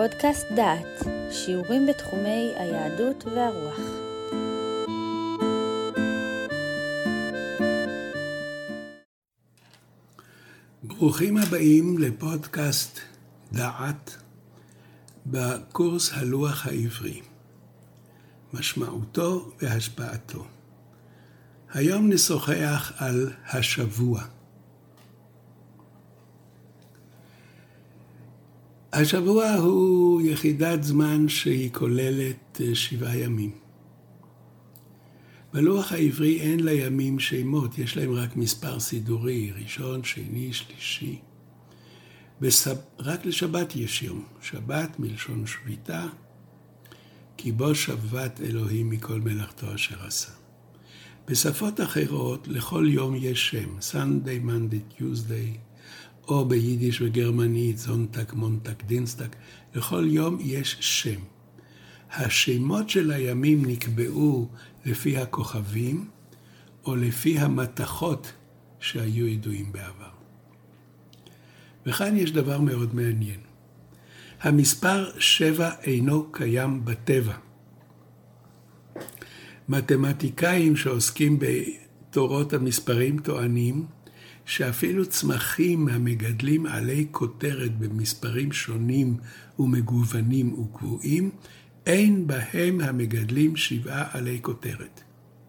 פודקאסט דעת, שיעורים בתחומי היהדות והרוח. ברוכים הבאים לפודקאסט דעת בקורס הלוח העברי, משמעותו והשפעתו. היום נשוחח על השבוע. השבוע הוא יחידת זמן שהיא כוללת 7 ימים. בלוח העברי אין לימים שמות, יש להם רק מספר סידורי, ראשון, שני, שלישי. רק לשבת יש יום, שבת מלשון שביתה, כי בו שבת אלוהים מכל מלאכתו אשר עשה. בשפות אחרות לכל יום יש שם, Sunday, Monday, Tuesday, או ביידיש וגרמנית, זונטק, מונטק, דינסטק, לכל יום יש שם. השמות של הימים נקבעו לפי הכוכבים, או לפי המתכות שהיו ידועים בעבר. וכאן יש דבר מאוד מעניין. המספר 7 אינו קיים בטבע. מתמטיקאים שעוסקים בתורות המספרים טוענים, שאפילו צמחים המגדלים עלי כותרת במספרים שונים ומגוונים וקבועים, אין בהם המגדלים 7 עלי כותרת.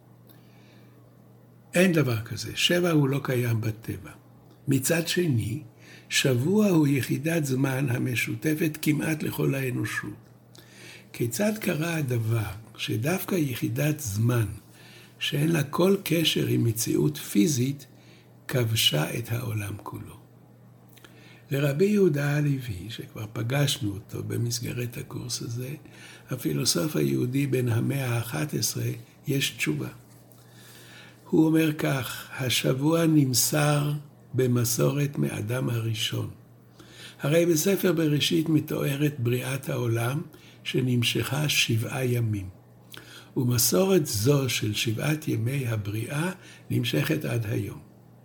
אין דבר כזה, 7 הוא לא קיים בטבע. מצד שני, שבוע הוא יחידת זמן המשותפת כמעט לכל האנושות. כיצד קרה הדבר שדווקא יחידת זמן, שאין לה כל קשר עם מציאות פיזית, כבשה את העולם כולו? לרבי יהודה הלוי, שכבר פגשנו אותו במסגרת הקורס הזה, הפילוסוף היהודי בן המאה ה-11, יש תשובה. הוא אומר כך: השבוע נמסר במסורת מאדם הראשון. הרי בספר בראשית מתוארת בריאת העולם שנמשכה 7 ימים. ומסורת זו של 7 ימי הבריאה נמשכת עד היום.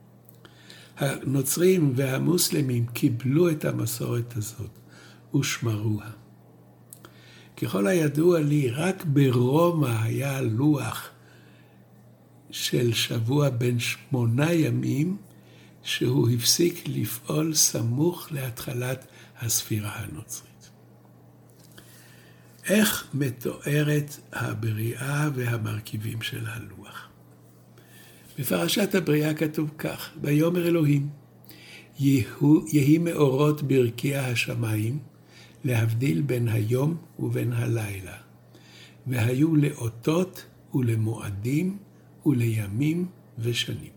הנוצרים והמוסלמים קיבלו את המסורת הזאת ושמרוה. ככל הידוע לי, רק ברומא היה לוח של שבוע בן 8 ימים, שהוא הפסיק לפעול סמוך להתחלת הספירה הנוצרית. איך מתוארת הבריאה והמרכיבים של הלוח? בפרשת הבריאה כתוב כך: ויאמר אלוהים, יהי מאורות ברקיע השמיים, להבדיל בין היום ובין הלילה. והיו לאותות ולמועדים ולימים ושנים.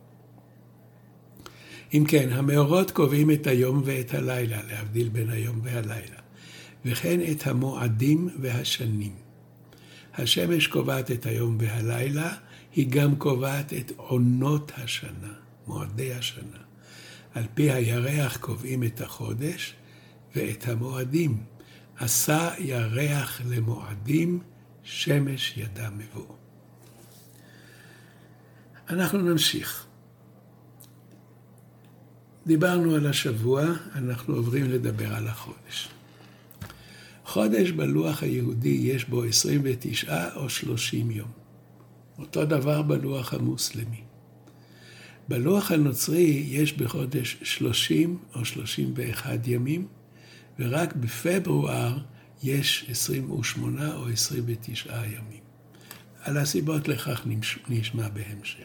אם כן, המאורות קובעים את היום ואת הלילה, להבדיל בין היום והלילה, וכן את המועדים והשנים. השמש קובעת את היום והלילה, היא גם קובעת את עונות השנה, מועדי השנה. על פי הירח קובעים את החודש ואת המועדים. עשה ירח למועדים, שמש ידע מבואו. אנחנו נמשיך. דיברנו על השבוע, אנחנו עוברים לדבר על החודש. חודש בלוח היהודי יש בו 29 או 30 יום. אותו דבר בלוח המוסלמי. בלוח הנוצרי יש בחודש 30 או 31 ימים, ורק בפברואר יש 28 או 29 ימים. על הסיבות לכך נשמע בהמשך.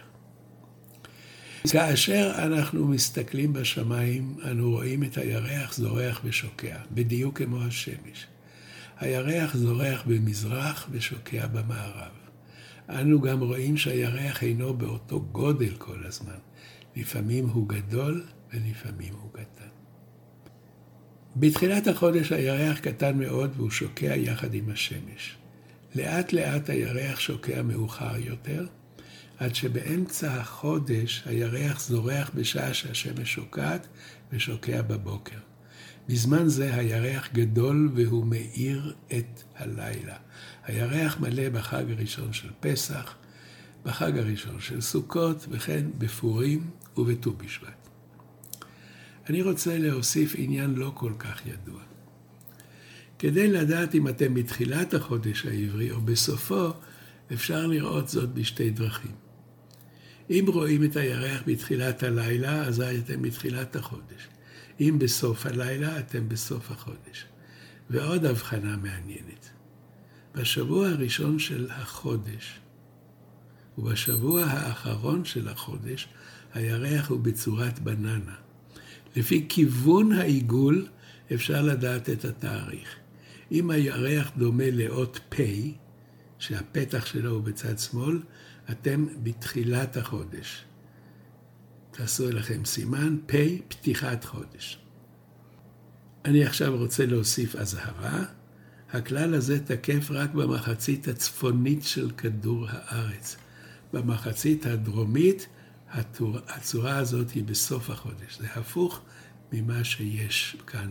כאשר אנחנו מסתכלים בשמיים, אנו רואים את הירח זורח ושוקע, בדיוק כמו השמש. הירח זורח במזרח ושוקע במערב. אנו גם רואים שהירח אינו באותו גודל כל הזמן. לפעמים הוא גדול ולפעמים הוא קטן. בתחילת החודש הירח קטן מאוד והוא שוקע יחד עם השמש. לאט לאט הירח שוקע מאוחר יותר, עד שבאמצע החודש הירח זורח בשעה שהשמש שוקעת ושוקע בבוקר. בזמן זה הירח גדול והוא מאיר את הלילה. הירח מלא בחג הראשון של פסח, בחג הראשון של סוכות, וכן בפורים ובט"ו בשבט. אני רוצה להוסיף עניין לא כל כך ידוע. כדי לדעת אם אתם בתחילת החודש העברי או בסופו, אפשר לראות זאת בשתי דרכים. אם רואים את הירח בתחילת הלילה, אז אתם בתחילת החודש. אם בסוף הלילה, אתם בסוף החודש. ועוד הבחנה מעניינת. בשבוע הראשון של החודש, ובשבוע האחרון של החודש, הירח הוא בצורת בננה. לפי כיוון העיגול, אפשר לדעת את התאריך. אם הירח דומה לאות פ', שהפתח שלו הוא בצד שמאל, אתם בתחילת החודש. תעשו לכם סימן פ' פתיחת חודש. אני עכשיו רוצה להוסיף אזהרה. הכלל הזה תקף רק במחצית הצפונית של כדור הארץ. במחצית הדרומית, הצורה הזאת היא בסוף החודש. זה הפוך ממה שיש כאן.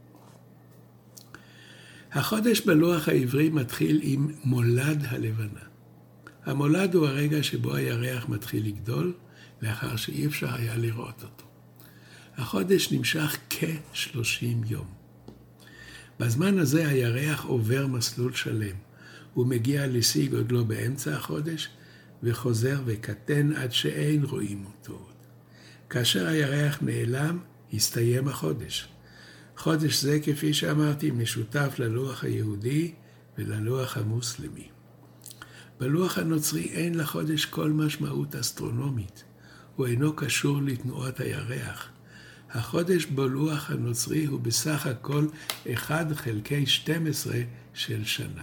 החודש בלוח העברי מתחיל עם מולד הלבנה. המולד הוא הרגע שבו הירח מתחיל לגדול, לאחר שאי אפשר היה לראות אותו. החודש נמשך כ-30 יום. בזמן הזה הירח עובר מסלול שלם. הוא מגיע לשיא גודלו באמצע החודש, וחוזר וקטן עד שאין רואים אותו. כאשר הירח נעלם, הסתיים החודש. חודש זה, כפי שאמרתי, משותף ללוח היהודי וללוח המוסלמי. בלוח הנוצרי אין לחודש כל משמעות אסטרונומית. הוא אינו קשור לתנועת הירח. החודש בלוח הנוצרי הוא בסך הכל 1/12 של שנה.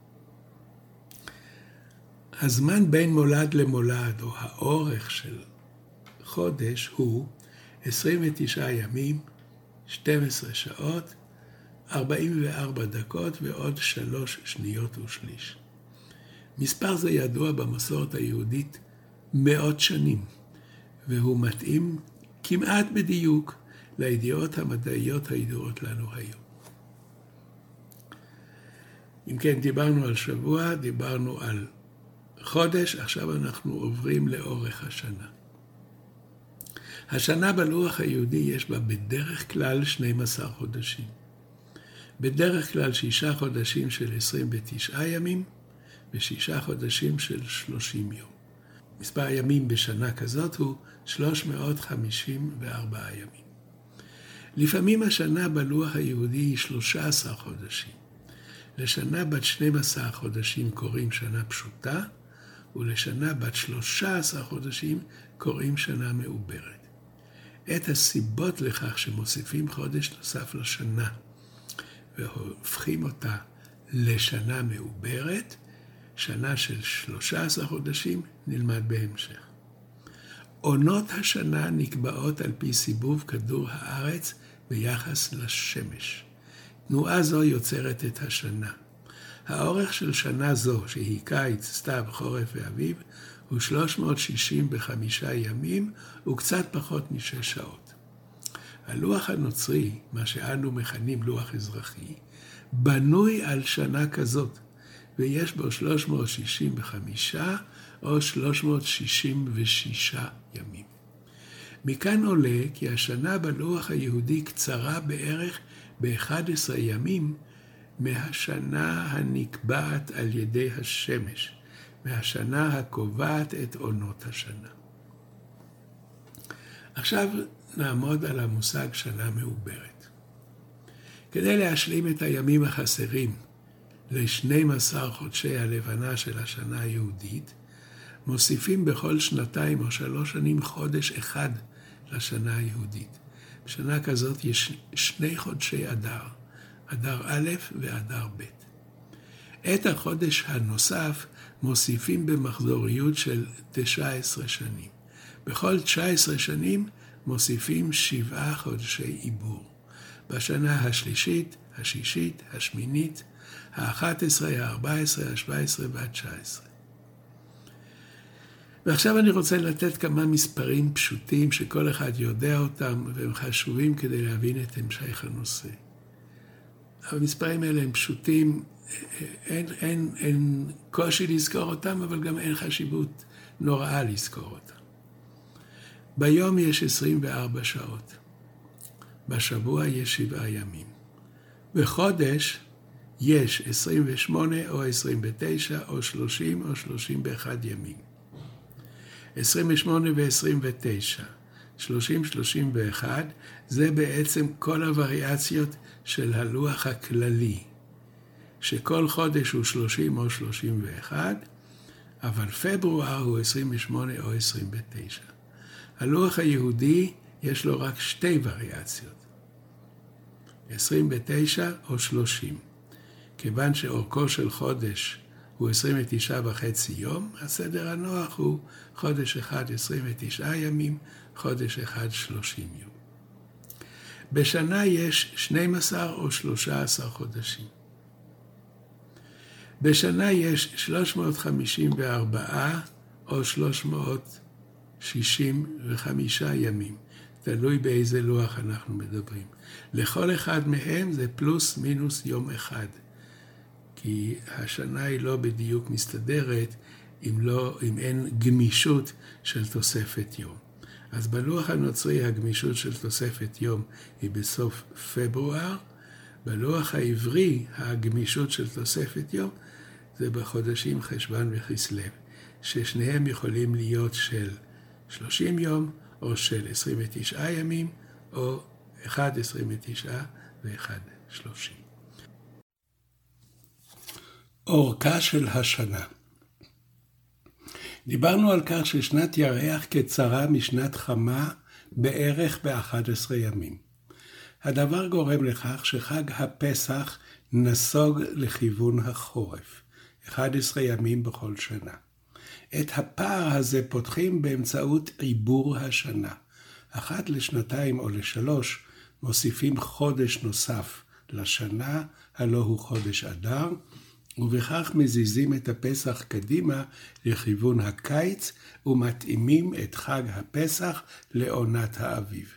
הזמן בין מולד למולד, או האורך של חודש, הוא 29 ימים, 12 שעות, 44 דקות ועוד 3 שניות ושליש. מספר זה ידוע במסורת היהודית מאות שנים, והוא מתאים כמעט בדיוק לידיעות המדעיות הידועות לנו היום. אם כן, דיברנו על שבוע, דיברנו על חודש, עכשיו אנחנו עוברים לאורך השנה. השנה בלוח היהודי יש בה בדרך כלל 12 חודשים. בדרך כלל 6 חודשים של 29 ימים, ו6 חודשים של 30 יום. מספר הימים בשנה כזאת הוא 354 ימים. לפעמים השנה בלוח היהודי היא 13 חודשים. לשנה בת 12 חודשים קוראים שנה פשוטה, ולשנה בת 13 חודשים קוראים שנה מעוברת. את הסיבות לכך שמוסיפים חודש נוסף לשנה, והופכים אותה לשנה מעוברת, שנה של 13 חודשים, נלמד בהמשך. עונות השנה נקבעות על פי סיבוב כדור הארץ ביחס לשמש. תנועה זו יוצרת את השנה. האורך של שנה זו, שהיא קיץ, סתיו, חורף ואביב, הוא 365 ימים וקצת פחות מ6 שעות. הלוח הנוצרי, מה שאנו מכנים לוח אזרחי, בנוי על שנה כזאת, ויש בו 365 או 366 ימים. מכאן עולה כי השנה בלוח היהודי קצרה בערך ב-11 ימים מהשנה הנקבעת על ידי השמש, מהשנה הקובעת את עונות השנה. עכשיו נעמוד על המושג שנה מעוברת. כדי להשלים את הימים החסרים ל-12 חודשי הלבנה של השנה היהודית, מוסיפים בכל 2 או 3 שנים חודש אחד לשנה היהודית. בשנה כזאת יש 2 חודשי אדר, אדר א' ואדר ב'. את החודש הנוסף מוסיפים במחזוריות של 19 שנים. בכל 19 שנים מוסיפים 7 חודשי עיבור. בשנה השלישית, השישית, השמינית, ה-11, ה-14, ה-17 וה-19. ועכשיו אני רוצה לתת כמה מספרים פשוטים שכל אחד יודע אותם והם חשובים כדי להבין את המשך הנושא. המספרים האלה הם פשוטים, אין קושי לזכור אותם, אבל גם אין חשיבות נוראה לזכור אותם. ביום יש 24 שעות. בשבוע יש 7 ימים. בחודש יש 28 או 29 או 30 או 31 ימים. 28 ו-29, 30, 31, זה בעצם כל הווריאציות של הלוח הכללי, שכל חודש הוא 30 או 31, אבל פברואר הוא 28 או 29. הלוח היהודי יש לו רק שתי וריאציות, 29 או 30. כיוון שאורכו של חודש הוא 29.5 יום, הסדר הנוח הוא חודש אחד 29 ימים, חודש אחד 30 יום. בשנה יש 12 או 13 חודשים. בשנה יש 354 או 365 ימים, תלוי באיזה לוח אנחנו מדברים. לכל אחד מהם זה פלוס מינוס יום אחד, כי השנה היא לא בדיוק מסתדרת אם אין גמישות של תוספת יום. אז בלוח הנוצרי הגמישות של תוספת יום היא בסוף פברואר, בלוח העברי הגמישות של תוספת יום זה בחודשים חשוון וכסלו, ששניהם יכולים להיות של 30 יום או של 29 ימים או 1 29 ו-1 30. אורכה של השנה. דיברנו על כך ששנת ירח קצרה משנת חמה בערך ב-11 ימים. הדבר גורם לכך שחג הפסח נסוג לכיוון החורף, 11 ימים בכל שנה. את הפער הזה פותחים באמצעות עיבור השנה. אחת לשנתיים או לשלוש מוסיפים חודש נוסף לשנה, הלא הוא חודש אדר, ובכך מזיזים את הפסח קדימה לכיוון הקיץ ומתאימים את חג הפסח לעונת האביב.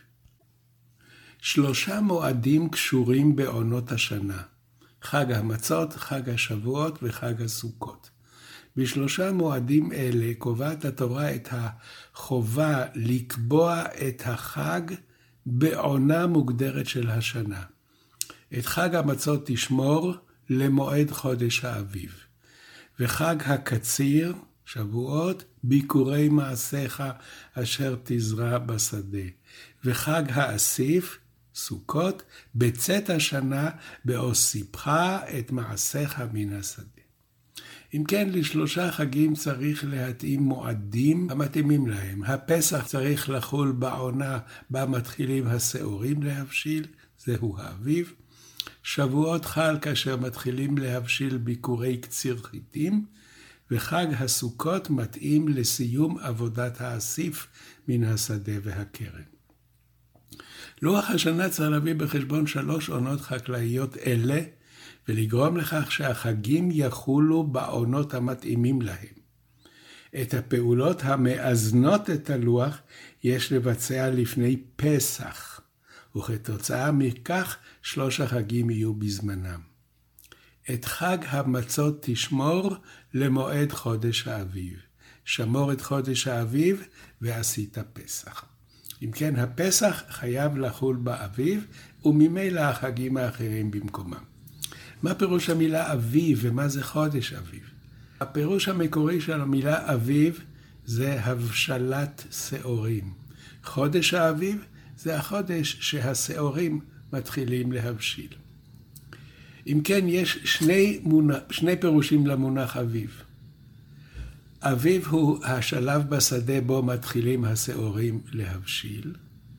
3 מועדים קשורים בעונות השנה, חג המצות, חג השבועות וחג הסוכות. ב3 מועדים אלה קובעת התורה את החובה לקבוע את החג בעונה מוגדרת של השנה. את חג המצות תשמור למועד חודש האביב, וחג הקציר, שבועות, ביקורי מעשיך אשר תזרע בשדה, וחג האסיף, סוכות, בצאת השנה בהוסיפך את מעשיך מן השדה. אם כן, ל3 חגים צריך להתאים מועדים המתאימים להם. הפסח צריך לחול בעונה בה מתחילים השעורים להבשיל, זהו האביב. שבועות חל כאשר מתחילים להבשיל ביקורי קציר חיטים, וחג הסוכות מתאים לסיום עבודת האסיף מן השדה והכרם. לוח השנה צריך להביא בחשבון 3 עונות חקלאיות אלה, ולגרום לכך שהחגים יחולו בעונות המתאימים להם. את הפעולות המאזנות את הלוח יש לבצע לפני פסח, וכתוצאה מכך 3 החגים יהיו בזמנם. את חג המצות תשמור למועד חודש האביב. שמור את חודש האביב ועשית פסח. אם כן, הפסח חייב לחול באביב, וממילא החגים האחרים במקומם. מה פירוש המילה אביב ומה זה חודש אביב? הפירוש המקורי של המילה אביב זה הבשלת שעורים. חודש האביב זה החודש שהשעורים מתחילים להבשיל. אם כן, יש שני פירושים למונח אביב. אביב הוא השלב בשדה בו מתחילים השעורים להבשיל,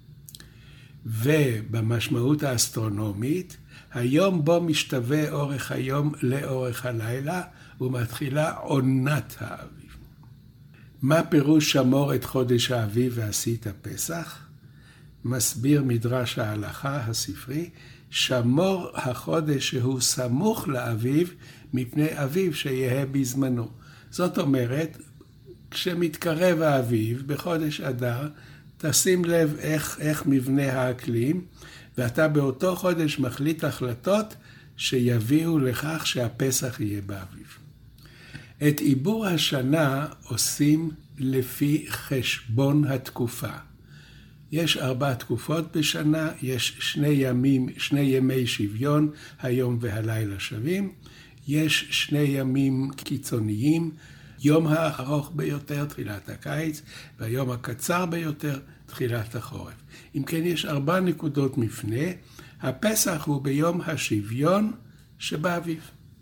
ובמשמעות האסטרונומית, היום בו משתווה אורך היום לאורך הלילה, ומתחילה עונת האביב. מה פירוש שמור את חודש האביב ועשית פסח? מסביר מדרש ההלכה הספרי, שמור החודש שהוא סמוך לאביב מפני אביב שיהיה בזמנו. זאת אומרת, כשמתקרב האביב בחודש אדר, תשים לב איך מבנה האקלים, ואתה באותו חודש מחליט החלטות שיביאו לכך שהפסח יהיה באביב. את עיבור השנה עושים לפי חשבון התקופה. יש 4 תקופות בשנה, יש 2 ימי שוויון, היום והלילה שווים, יש 2 ימים קיצוניים, יום הארוך ביותר, תחילת הקיץ, והיום הקצר ביותר, תחילת החורף. אם כן, יש 4 נקודות מפנה. הפסח הוא ביום השוויון שבאביב.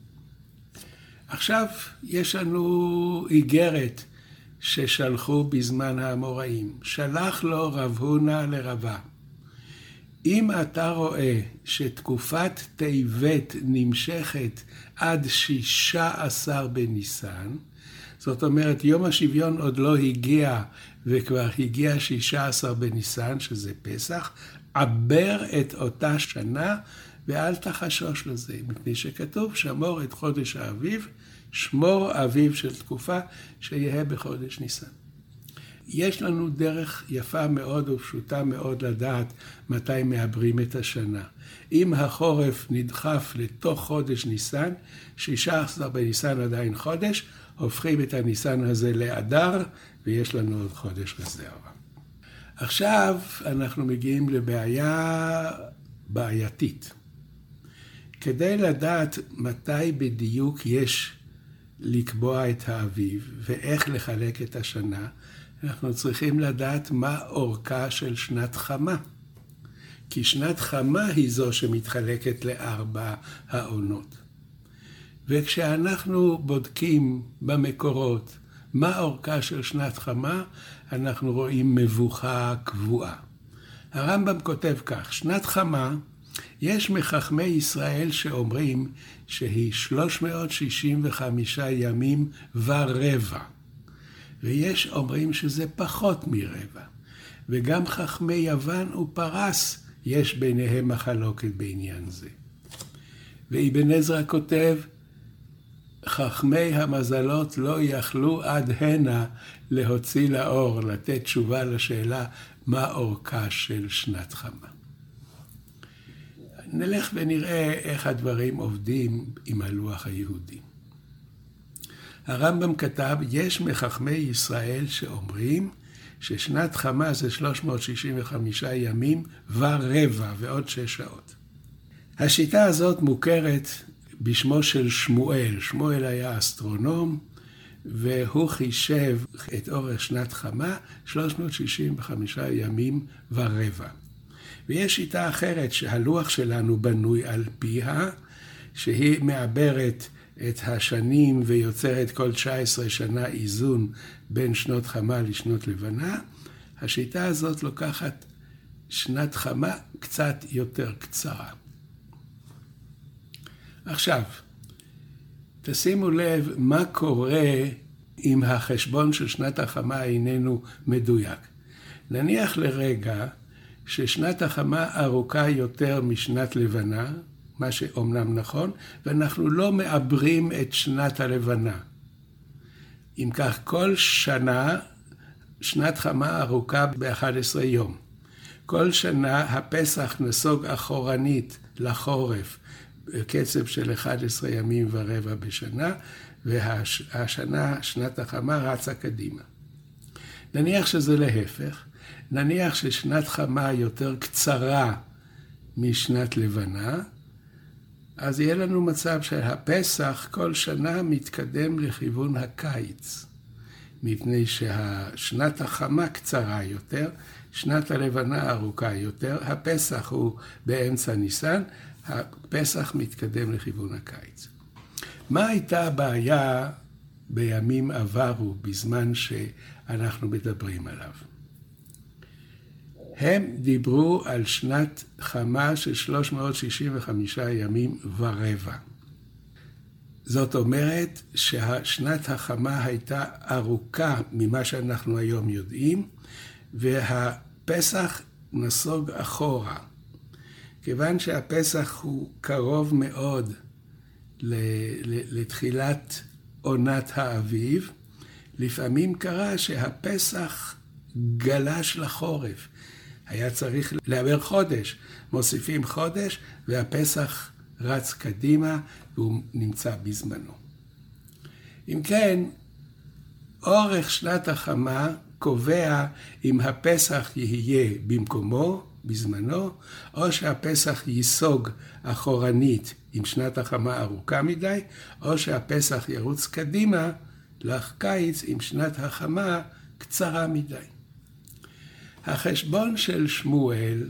עכשיו יש לנו איגרת ששלחו בזמן האמוראים. שלח לו רב הונא לרבה. אם אתה רואה שתקופת טבת נמשכת עד 16 בניסן, זאת אומרת יום השוויון עוד לא הגיע וכבר הגיע 16 בניסן, שזה פסח, עבר את אותה שנה ואל תחשוש לזה, מפני שכתוב שמור את חודש האביב, שמור אביב של תקופה שיהיה בחודש ניסן. יש לנו דרך יפה מאוד ופשוטה מאוד לדעת מתי מעברים את השנה. אם החורף נדחף לתוך חודש ניסן, 16 בניסן עדיין חודש, הופכים את הניסן הזה לאדר, ויש לנו עוד חודש רזרבה. עכשיו אנחנו מגיעים לבעיה בעייתית. כדי לדעת מתי בדיוק יש לקבוע את האביב ואיך לחלק את השנה, אנחנו צריכים לדעת מה אורכה של שנת חמה. כי שנת חמה היא זו שמתחלקת ל4 העונות. וכשאנחנו בודקים במקורות מה אורכה של שנת חמה, אנחנו רואים מבוכה קבועה. הרמב"ם כותב כך, שנת חמה, יש מחכמי ישראל שאומרים שהיא 365 ימים ורבע. ויש אומרים שזה פחות מרבע. וגם חכמי יוון ופרס יש ביניהם מחלוקת בעניין זה. ואבן עזרא כותב, חכמי המזלות לא יכלו עד הנה להוציא לאור, לתת תשובה לשאלה מה אורכה של שנת חמה. נלך ונראה איך הדברים עובדים עם הלוח היהודי. הרמב"ם כתב, יש מחכמי ישראל שאומרים ששנת חמה זה 365 ימים ורבע ועוד 6 שעות. השיטה הזאת מוכרת בשמו של שמואל. שמואל היה אסטרונום, והוא חישב את אורך שנת חמה 365 ימים ורבע. ויש שיטה אחרת שהלוח שלנו בנוי על פיה, שהיא מעברת את השנים ויוצרת כל 19 שנה איזון בין שנות חמה לשנות לבנה. השיטה הזאת לוקחת שנת חמה קצת יותר קצרה. עכשיו, תשימו לב מה קורה אם החשבון של שנת החמה איננו מדויק. נניח לרגע ששנת החמה ארוכה יותר משנת לבנה, מה שאומנם נכון, ואנחנו לא מעברים את שנת הלבנה. אם כך, כל שנה, שנת חמה ארוכה ב-11 יום. כל שנה הפסח נסוג אחורנית לחורף, בקצב של 11 ימים ורבע בשנה, והשנה, שנת החמה, רצה קדימה. נניח שזה להפך, נניח ששנת חמה יותר קצרה משנת לבנה, אז יהיה לנו מצב שהפסח כל שנה מתקדם לכיוון הקיץ, מפני שהשנת החמה קצרה יותר, שנת הלבנה ארוכה יותר, הפסח הוא באמצע ניסן, הפסח מתקדם לכיוון הקיץ. מה הייתה הבעיה בימים עברו, בזמן שאנחנו מדברים עליו? הם דיברו על שנת חמה של 365 ימים ורבע. זאת אומרת שהשנת החמה הייתה ארוכה ממה שאנחנו היום יודעים, והפסח נסוג אחורה. כיוון שהפסח הוא קרוב מאוד לתחילת עונת האביב, לפעמים קרה שהפסח גלש לחורף. היה צריך לעבר חודש, מוסיפים חודש, והפסח רץ קדימה, והוא נמצא בזמנו. אם כן, אורך שנת החמה קובע אם הפסח יהיה במקומו, בזמנו, או שהפסח ייסוג אחורנית אם שנת החמה ארוכה מדי, או שהפסח ירוץ קדימה לקיץ אם שנת החמה קצרה מדי. החשבון של שמואל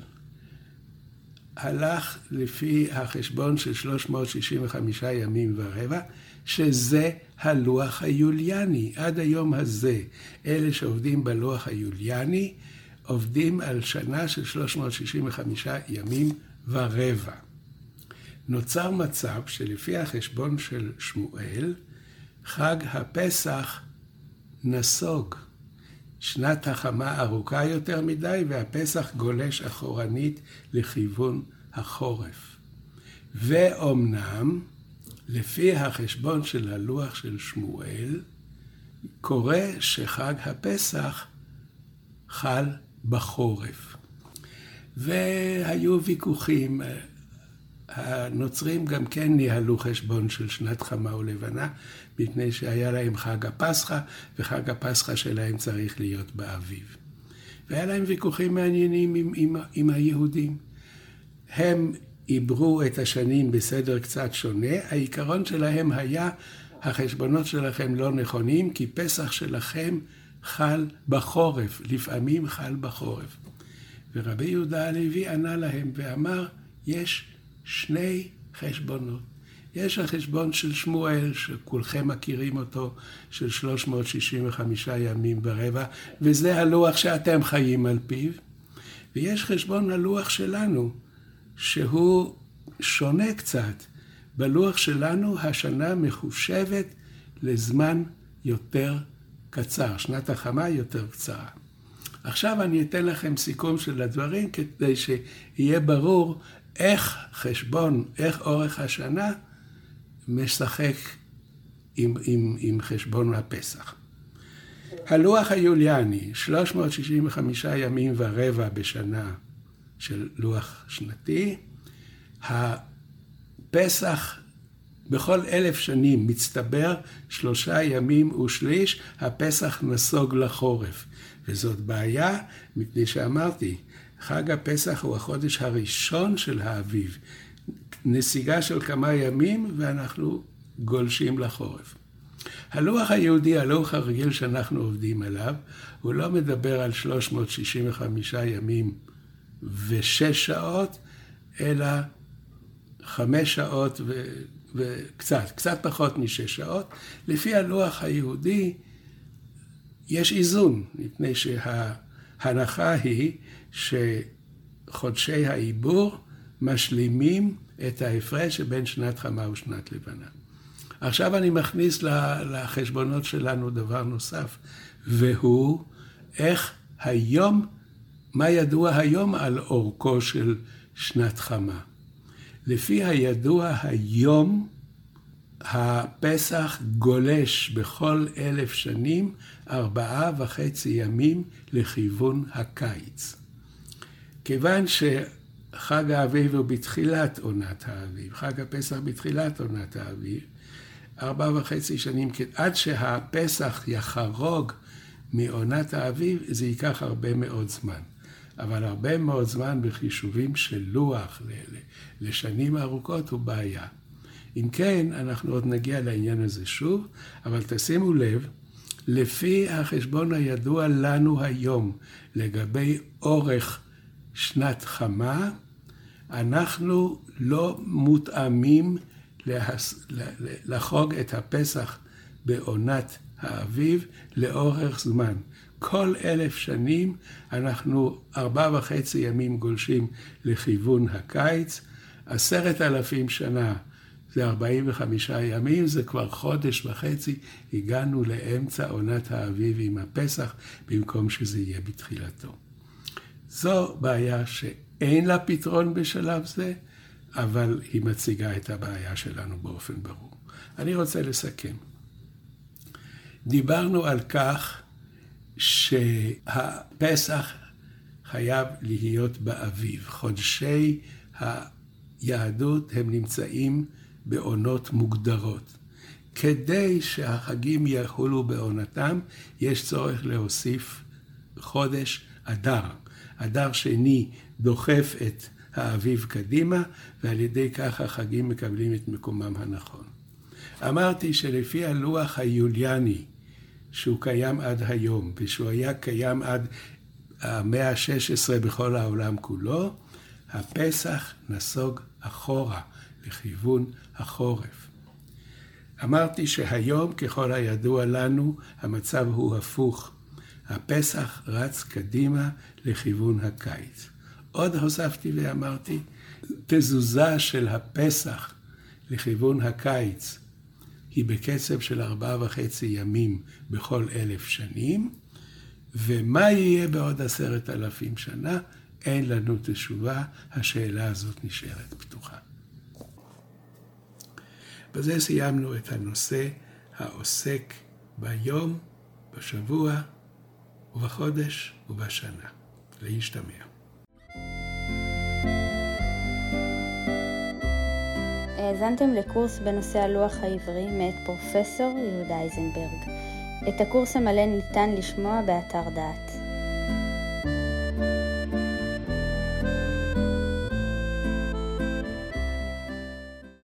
הלך לפי החשבון של 365 ימים ורבע, שזה הלוח היוליאני. עד היום הזה, אלה שעובדים בלוח היוליאני, עובדים על שנה של 365 ימים ורבע. נוצר מצב שלפי החשבון של שמואל, חג הפסח נסוג. שנת החמה ארוכה יותר מדי, והפסח גולש אחורנית לכיוון החורף. ואומנם, לפי החשבון של הלוח של שמואל, קורה שחג הפסח חל בחורף. והיו ויכוחים, הנוצרים גם כן ניהלו חשבון של שנת חמה ולבנה, מפני שהיה להם חג הפסחא, וחג הפסחא שלהם צריך להיות באביב. והיה להם ויכוחים מעניינים עם היהודים. הם עיברו את השנים בסדר קצת שונה, העיקרון שלהם היה, החשבונות שלכם לא נכונים, כי פסח שלכם חל בחורף, לפעמים חל בחורף. ורבי יהודה הלוי ענה להם ואמר, יש שני חשבונות. יש החשבון של שמואל, שכולכם מכירים אותו, של 365 ימים ורבע, וזה הלוח שאתם חיים על פיו. ויש חשבון הלוח שלנו, שהוא שונה קצת. בלוח שלנו השנה מחושבת לזמן יותר קצר, שנת החמה יותר קצרה. עכשיו אני אתן לכם סיכום של הדברים, כדי שיהיה ברור איך אורך השנה משחק עם חשבון הפסח. הלוח היוליאני, 365 ימים ורבע בשנה של לוח שנתי, הפסח בכל 1000 שנים מצטבר 3 ימים ושליש, הפסח נסוג לחורף. וזאת בעיה, מפני שאמרתי, חג הפסח הוא החודש הראשון של האביב. נסיגה של כמה ימים ואנחנו גולשים לחורף. הלוח היהודי, הלוח הרגיל שאנחנו עובדים עליו, הוא לא מדבר על 365 ימים ו6 שעות, אלא 5 שעות קצת פחות מ6 שעות. לפי הלוח היהודי יש איזון, מפני שההנחה היא שחודשי העיבור משלימים את ההפרש שבין שנת חמה ושנת לבנה. עכשיו אני מכניס לחשבונות שלנו דבר נוסף, והוא מה ידוע היום על אורכו של שנת חמה. לפי הידוע היום, הפסח גולש בכל 1000 שנים 4.5 ימים לכיוון הקיץ. כיוון שחג האביב הוא בתחילת עונת האביב, חג הפסח בתחילת עונת האביב, 4.5 שנים, עד שהפסח יחרוג מעונת האביב, זה ייקח הרבה מאוד זמן. אבל הרבה מאוד זמן בחישובים של לוח לשנים ארוכות הוא בעיה. אם כן, אנחנו עוד נגיע לעניין הזה שוב, אבל תשימו לב, לפי החשבון הידוע לנו היום, לגבי אורך שנת חמה, אנחנו לא מותאמים לחוג את הפסח בעונת האביב לאורך זמן. כל 1000 sנים אנחנו 4.5 ימים גולשים לכיוון הקיץ, 10,000 שנה זה 45 ימים, זה כבר 1.5 חודש, הגענו לאמצע עונת האביב עם הפסח, במקום שזה יהיה בתחילתו. זו בעיה שאין לה פתרון בשלב זה, אבל היא מציגה את הבעיה שלנו באופן ברור. אני רוצה לסכם. דיברנו על כך שהפסח חייב להיות באביב. חודשי היהדות הם נמצאים בעונות מוגדרות. כדי שהחגים יחולו בעונתם, יש צורך להוסיף חודש אדר. אדר שני דוחף את האביב קדימה, ועל ידי כך החגים מקבלים את מקומם הנכון. אמרתי שלפי הלוח היוליאני, שהוא קיים עד היום, ושהוא היה קיים עד המאה ה-16 בכל העולם כולו, הפסח נסוג אחורה לכיוון החורף. אמרתי שהיום, ככל הידוע לנו, המצב הוא הפוך. הפסח רץ קדימה לכיוון הקיץ. עוד הוספתי ואמרתי, תזוזה של הפסח לכיוון הקיץ היא בקצב של 4.5 ימים בכל 1,000 שנים, ומה יהיה בעוד 10,000 שנה? אין לנו תשובה, השאלה הזאת נשארת פתוחה. בזה סיימנו את הנושא העוסק ביום, בשבוע ובחודש ובשנה. להשתמע. האזנתם לקורס בנושא הלוח העברי מאת פרופסור יהודה איזנברג. את הקורס המלא ניתן לשמוע באתר דעת.